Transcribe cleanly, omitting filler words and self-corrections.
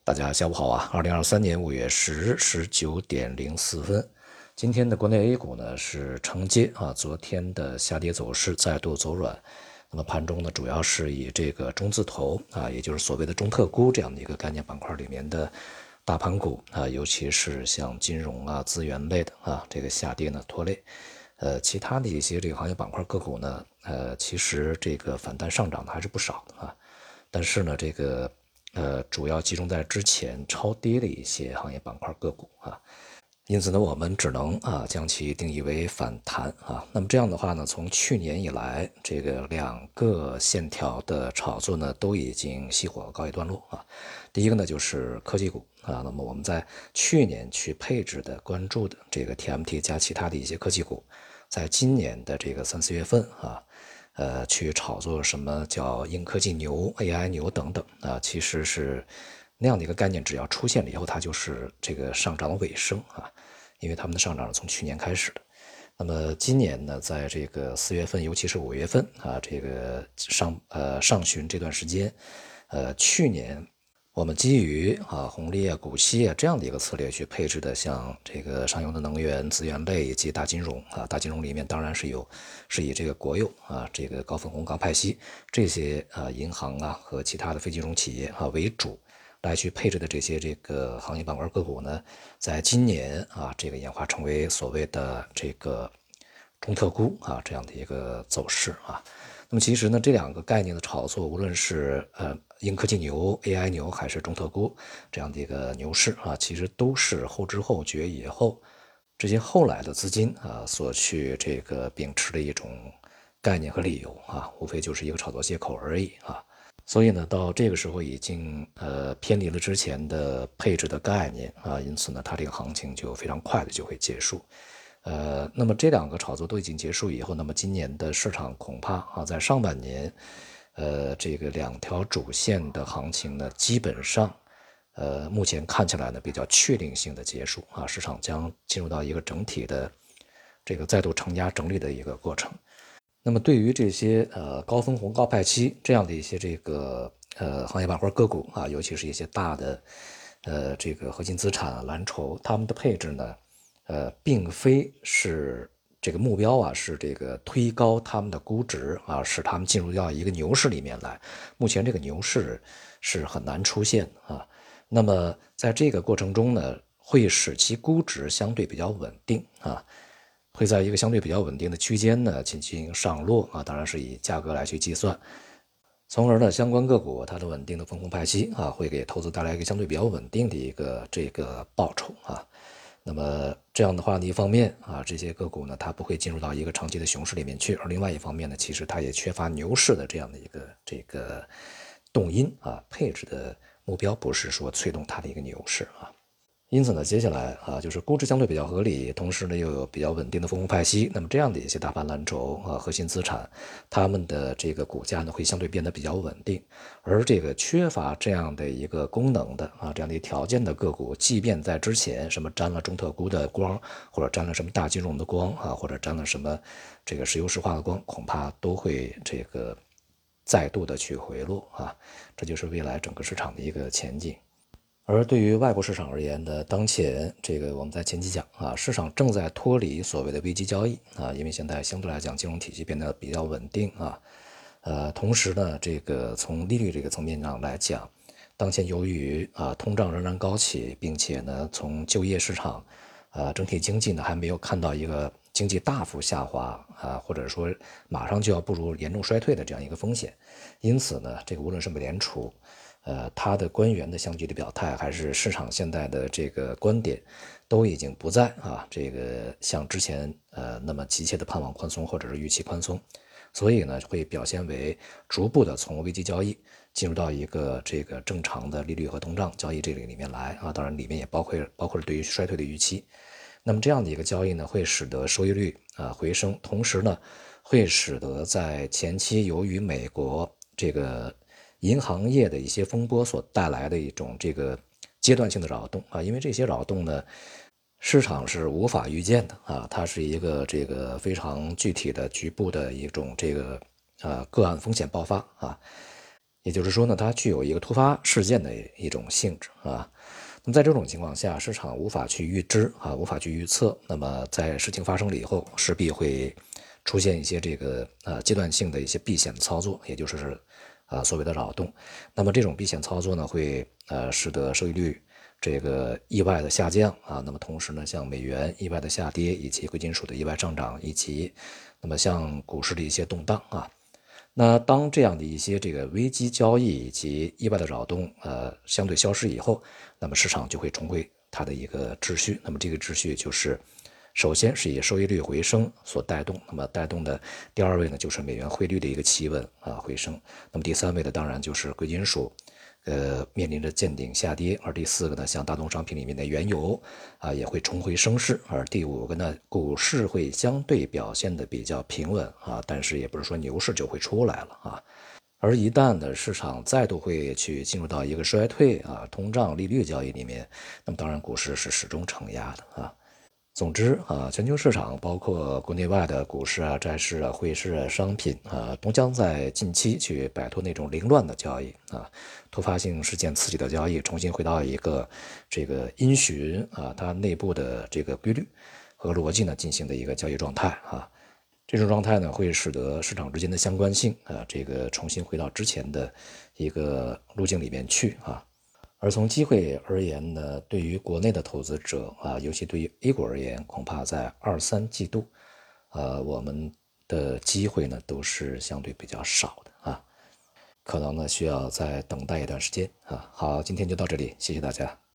大家下午好啊！2023年5月10日19点04分，今天的国内 A 股呢是承接昨天的下跌走势再度走软，那么盘中呢主要是以这个中字头也就是所谓的中特估这样的一个概念板块里面的大盘股尤其是像金融资源类的这个下跌呢拖累，其他的一些这个行业板块个股呢其实这个反弹上涨的还是不少的但是呢这个主要集中在之前超跌的一些行业板块个股因此呢，我们只能将其定义为反弹那么这样的话呢，从去年以来，这个两个线条的炒作呢，都已经熄火告一段落第一个呢就是科技股那么我们在去年去配置的关注的这个 TMT 加其他的一些科技股，在今年的这个3、4月份去炒作什么叫硬科技牛、AI 牛等等其实是那样的一个概念，只要出现了以后，它就是这个上涨的尾声因为他们的上涨是从去年开始的。那么今年呢，在这个4月份，尤其是5月份这个上旬这段时间，去年我们基于红利股息这样的一个策略去配置的，像这个上游的能源资源类以及大金融大金融里面当然是以这个国有这个高分红高派息这些银行和其他的非金融企业为主来去配置的这些这个行业板块个股呢，在今年这个演化成为所谓的这个中特估这样的一个走势那么其实呢，这两个概念的炒作，无论是硬科技牛、AI 牛，还是中特估这样的一个牛市其实都是后知后觉以后，这些后来的资金所去这个秉持的一种概念和理由无非就是一个炒作借口而已所以呢，到这个时候已经偏离了之前的配置的概念因此呢，它这个行情就非常快的就会结束。那么这两个炒作都已经结束以后，那么今年的市场恐怕在上半年，这个两条主线的行情呢，基本上，目前看起来呢比较确定性的结束市场将进入到一个整体的这个再度承压整理的一个过程。那么对于这些高分红高派息这样的一些这个行业板块个股尤其是一些大的这个核心资产蓝筹，他们的配置呢。并非是这个目标是这个推高他们的估值使他们进入到一个牛市里面来。目前这个牛市是很难出现那么在这个过程中呢，会使其估值相对比较稳定会在一个相对比较稳定的区间呢进行上落当然是以价格来去计算。从而呢，相关个股它的稳定的分红派息会给投资带来一个相对比较稳定的一个这个报酬那么这样的话呢，一方面这些个股呢，它不会进入到一个长期的熊市里面去，而另外一方面呢，其实它也缺乏牛市的这样的一个这个动因配置的目标不是说催动它的一个牛市因此呢，接下来就是估值相对比较合理，同时呢又有比较稳定的分红派息，那么这样的一些大盘蓝筹核心资产，它们的这个股价呢会相对变得比较稳定。而这个缺乏这样的一个功能的这样的一条件的个股，即便在之前什么沾了中特估的光，或者沾了什么大金融的光或者沾了什么这个石油石化的光，恐怕都会这个再度的去回落这就是未来整个市场的一个前景。而对于外部市场而言呢，当前这个我们在前期讲市场正在脱离所谓的危机交易因为现在相对来讲金融体系变得比较稳定同时呢，这个从利率这个层面上来讲，当前由于通胀仍然高企，并且呢从就业市场整体经济呢还没有看到一个经济大幅下滑或者说马上就要步入严重衰退的这样一个风险，因此呢，这个无论是美联储他的官员的相继的表态，还是市场现在的这个观点，都已经不再这个像之前那么急切的盼望宽松或者是预期宽松，所以呢会表现为逐步的从危机交易进入到一个这个正常的利率和通胀交易这个里面来当然里面也包括了对于衰退的预期。那么这样的一个交易呢，会使得收益率回升，同时呢，会使得在前期由于美国这个银行业的一些风波所带来的一种这个阶段性的扰动因为这些扰动呢，市场是无法预见的它是一个这个非常具体的局部的一种这个个案风险爆发也就是说呢，它具有一个突发事件的一种性质啊。那么在这种情况下，市场无法去预知啊，无法去预测。那么在事情发生了以后，势必会出现一些这个阶段性的一些避险操作，也就是所谓的扰动。那么这种避险操作呢，会使得收益率这个意外的下降啊。那么同时呢，像美元意外的下跌，以及贵金属的意外上涨，以及那么像股市的一些动荡啊。那当这样的一些这个危机交易以及意外的扰动相对消失以后，那么市场就会重回它的一个秩序。那么这个秩序就是首先是以收益率回升所带动，那么带动的第二位呢就是美元汇率的一个企稳回升，那么第三位的当然就是贵金属面临着见顶下跌，而第四个呢，像大宗商品里面的原油也会重回升势，而第五个呢，股市会相对表现的比较平稳但是也不是说牛市就会出来了而一旦呢市场再度会去进入到一个衰退通胀利率交易里面，那么当然股市是始终承压的总之全球市场包括国内外的股市债市汇市商品都将在近期去摆脱那种凌乱的交易突发性事件刺激的交易，重新回到一个这个因循它内部的这个规律和逻辑呢进行的一个交易状态这种状态呢会使得市场之间的相关性这个重新回到之前的一个路径里面去而从机会而言呢，对于国内的投资者尤其对于 A 股而言，恐怕在2、3季度，我们的机会呢都是相对比较少的可能呢需要再等待一段时间好，今天就到这里，谢谢大家。